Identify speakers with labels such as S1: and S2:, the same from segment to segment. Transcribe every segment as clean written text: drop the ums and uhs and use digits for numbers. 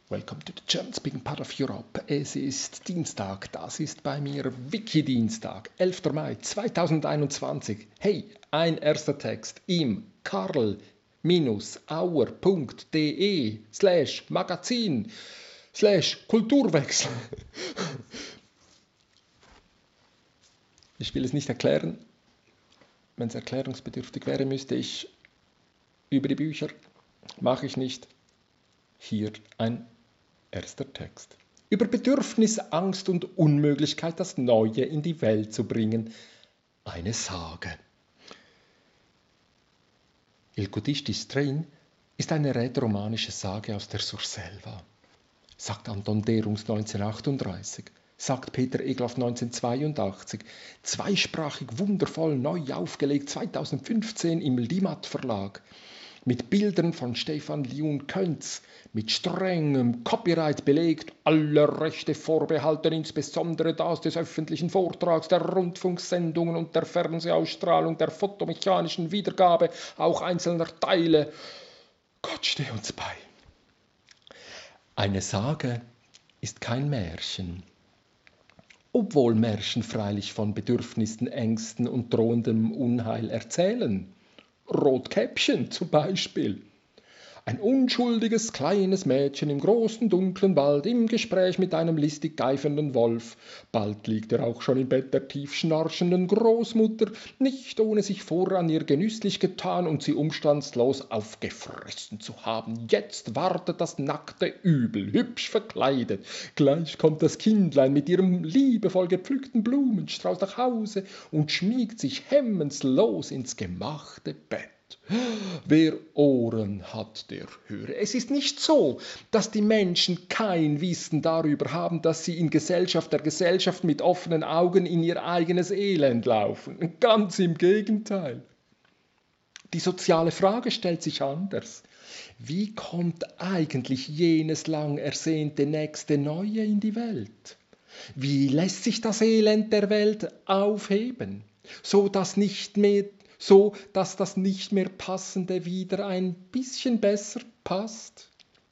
S1: Welcome to the German-speaking part of Europe. Es ist Dienstag, das ist bei mir Wiki-Dienstag, 11. Mai 2021. Hey, ein erster Text im karl-auer.de/magazin/Kulturwechsel. Ich will es nicht erklären. Wenn es erklärungsbedürftig wäre, müsste ich über die Bücher. Mache ich nicht. Hier ein erster Text. Über Bedürfnis, Angst und Unmöglichkeit, das Neue in die Welt zu bringen. Eine Sage. Il Codice di Strain ist eine rätoromanische Sage aus der Surselva, sagt Anton Derungs 1938, sagt Peter Egloff 1982, zweisprachig wundervoll neu aufgelegt 2015 im Limat Verlag. Mit Bildern von Stefan Liun Könz, mit strengem Copyright belegt, alle Rechte vorbehalten, insbesondere das des öffentlichen Vortrags, der Rundfunksendungen und der Fernsehausstrahlung, der fotomechanischen Wiedergabe, auch einzelner Teile. Gott steh uns bei. Eine Sage ist kein Märchen. Obwohl Märchen freilich von Bedürfnissen, Ängsten und drohendem Unheil erzählen. Rotkäppchen zum Beispiel. Ein unschuldiges kleines Mädchen im großen dunklen Wald im Gespräch mit einem listig geifernden Wolf. Bald liegt er auch schon im Bett der tief schnarchenden Großmutter, nicht ohne sich vorher an ihr genüsslich getan und sie umstandslos aufgefressen zu haben. Jetzt wartet das nackte Übel, hübsch verkleidet. Gleich kommt das Kindlein mit ihrem liebevoll gepflückten Blumenstrauß nach Hause und schmiegt sich hemmungslos ins gemachte Bett. Wer Ohren hat, der höre. Es ist nicht so, dass die Menschen kein Wissen darüber haben, dass sie in der Gesellschaft mit offenen Augen in ihr eigenes Elend laufen. Ganz im Gegenteil. Die soziale Frage stellt sich anders. Wie kommt eigentlich jenes lang ersehnte nächste Neue in die Welt? Wie lässt sich das Elend der Welt aufheben, so dass das nicht mehr Passende wieder ein bisschen besser passt?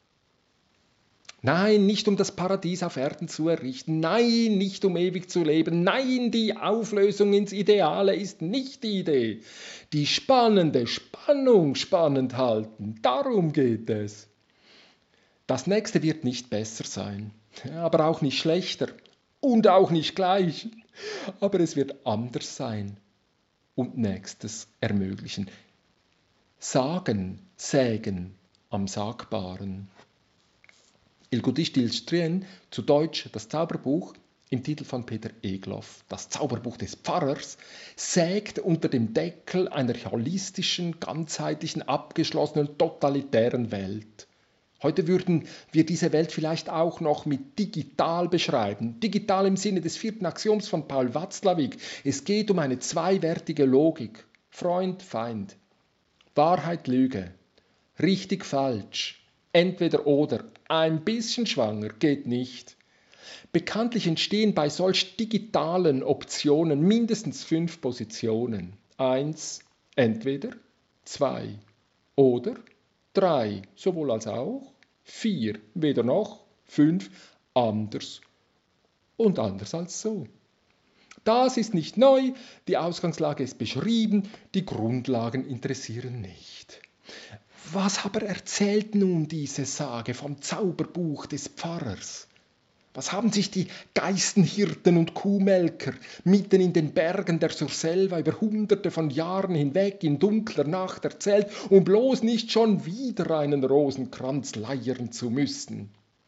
S1: Nein, nicht um das Paradies auf Erden zu errichten, nein, nicht um ewig zu leben, nein, die Auflösung ins Ideale ist nicht die Idee. Die spannende Spannung spannend halten, darum geht es. Das nächste wird nicht besser sein, aber auch nicht schlechter und auch nicht gleich, aber es wird anders sein. Und Nächstes ermöglichen. Sagen, sägen am Sagbaren. Il Codice di Strain, zu Deutsch das Zauberbuch, im Titel von Peter Egloff, das Zauberbuch des Pfarrers, sägt unter dem Deckel einer holistischen, ganzheitlichen, abgeschlossenen, totalitären Welt. Heute würden wir diese Welt vielleicht auch noch mit digital beschreiben. Digital im Sinne des 4. Axioms von Paul Watzlawick. Es geht um eine zweiwertige Logik. Freund, Feind. Wahrheit, Lüge. Richtig, falsch. Entweder oder. Ein bisschen schwanger geht nicht. Bekanntlich entstehen bei solch digitalen Optionen mindestens 5 Positionen. 1, entweder, 2 oder, 3, sowohl als auch, 4, weder noch, 5, anders und anders als so. Das ist nicht neu, die Ausgangslage ist beschrieben, die Grundlagen interessieren nicht. Was aber erzählt nun diese Sage vom Zauberbuch des Pfarrers? Was haben sich die Geißenhirten und Kuhmelker mitten in den Bergen der Surselva über Hunderte von Jahren hinweg in dunkler Nacht erzählt, um bloß nicht schon wieder einen Rosenkranz leiern zu müssen?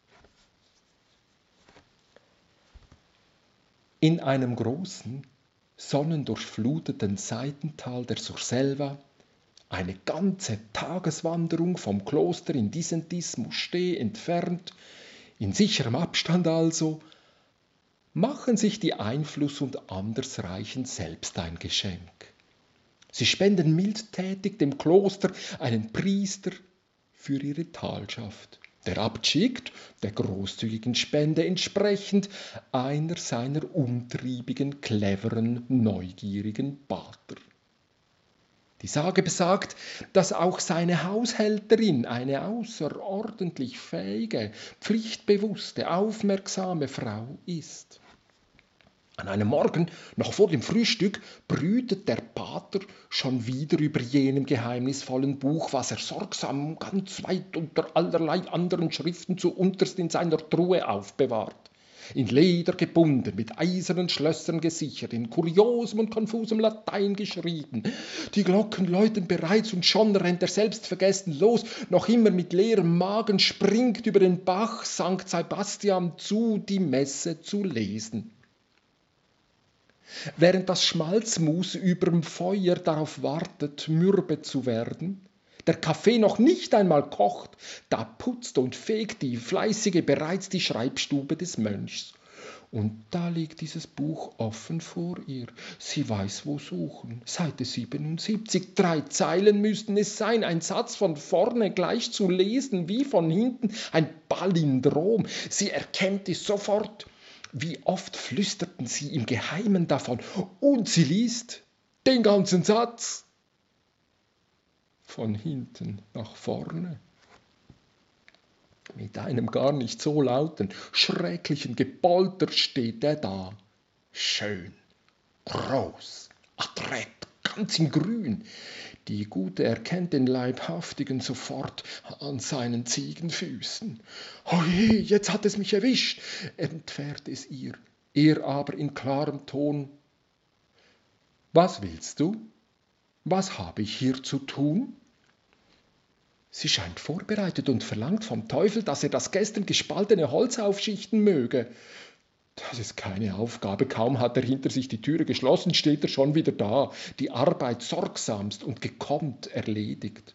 S1: In einem großen, sonnendurchfluteten Seitental der Surselva, eine ganze Tageswanderung vom Kloster in Disentis Moschee entfernt, in sicherem Abstand also, machen sich die Einfluss- und Andersreichen selbst ein Geschenk. Sie spenden mildtätig dem Kloster einen Priester für ihre Talschaft. Der Abt schickt, der großzügigen Spende entsprechend, einer seiner umtriebigen, cleveren, neugierigen Pater. Die Sage besagt, dass auch seine Haushälterin eine außerordentlich fähige, pflichtbewusste, aufmerksame Frau ist. An einem Morgen, noch vor dem Frühstück, brütet der Pater schon wieder über jenem geheimnisvollen Buch, was er sorgsam ganz weit unter allerlei anderen Schriften zuunterst in seiner Truhe aufbewahrt. In Leder gebunden, mit eisernen Schlössern gesichert, in kuriosem und konfusem Latein geschrieben. Die Glocken läuten bereits und schon rennt er selbstvergessen los, noch immer mit leerem Magen springt über den Bach St. Sebastian zu, die Messe zu lesen. Während das Schmalzmus überm Feuer darauf wartet, mürbe zu werden, der Kaffee noch nicht einmal kocht, da putzt und fegt die Fleißige bereits die Schreibstube des Mönchs. Und da liegt dieses Buch offen vor ihr. Sie weiß, wo suchen. Seite 77, 3 Zeilen müssten es sein, ein Satz von vorne gleich zu lesen, wie von hinten, ein Palindrom. Sie erkennt es sofort. Wie oft flüsterten sie im Geheimen davon, und sie liest den ganzen Satz. Von hinten nach vorne. Mit einem gar nicht so lauten, schrecklichen Gepolter steht er da. Schön, groß, adrett, ganz in Grün. Die Gute erkennt den Leibhaftigen sofort an seinen Ziegenfüßen. Oje, jetzt hat es mich erwischt, entfährt es ihr. Er aber in klarem Ton. Was willst du? Was habe ich hier zu tun? Sie scheint vorbereitet und verlangt vom Teufel, dass er das gestern gespaltene Holz aufschichten möge. Das ist keine Aufgabe, kaum hat er hinter sich die Türe geschlossen, steht er schon wieder da, die Arbeit sorgsamst und gekonnt erledigt.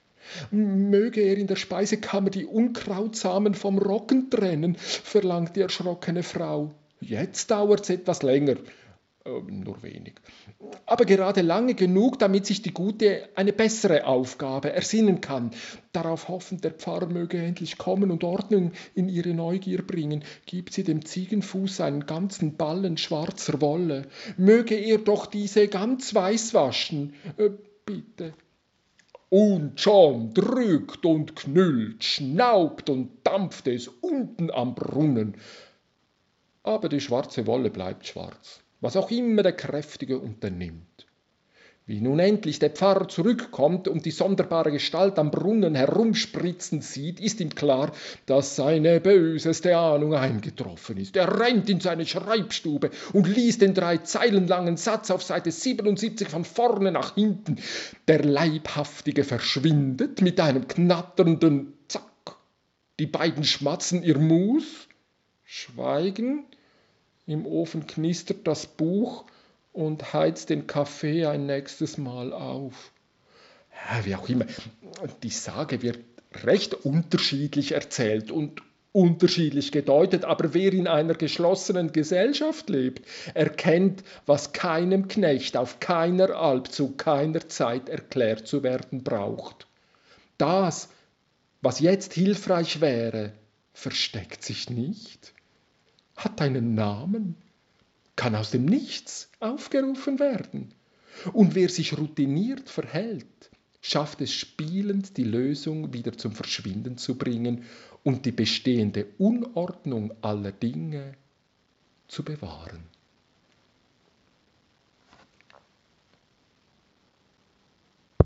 S1: Möge er in der Speisekammer die Unkrautsamen vom Roggen trennen, verlangt die erschrockene Frau. Jetzt dauert's etwas länger. Nur wenig. Aber gerade lange genug, damit sich die Gute eine bessere Aufgabe ersinnen kann. Darauf hoffend, der Pfarrer möge endlich kommen und Ordnung in ihre Neugier bringen, gibt sie dem Ziegenfuß einen ganzen Ballen schwarzer Wolle. Möge er doch diese ganz weiß waschen. Bitte. Und schon drückt und knüllt, schnaubt und dampft es unten am Brunnen. Aber die schwarze Wolle bleibt schwarz, was auch immer der Kräftige unternimmt. Wie nun endlich der Pfarrer zurückkommt und die sonderbare Gestalt am Brunnen herumspritzen sieht, ist ihm klar, dass seine böseste Ahnung eingetroffen ist. Er rennt in seine Schreibstube und liest den 3 Zeilen langen Satz auf Seite 77 von vorne nach hinten. Der Leibhaftige verschwindet mit einem knatternden Zack. Die beiden schmatzen ihr Mus, schweigen. Im Ofen knistert das Buch und heizt den Kaffee ein nächstes Mal auf. Ja, wie auch immer, die Sage wird recht unterschiedlich erzählt und unterschiedlich gedeutet, aber wer in einer geschlossenen Gesellschaft lebt, erkennt, was keinem Knecht auf keiner Alp zu keiner Zeit erklärt zu werden braucht. Das, was jetzt hilfreich wäre, versteckt sich nicht, hat einen Namen, kann aus dem Nichts aufgerufen werden. Und wer sich routiniert verhält, schafft es spielend, die Lösung wieder zum Verschwinden zu bringen und die bestehende Unordnung aller Dinge zu bewahren.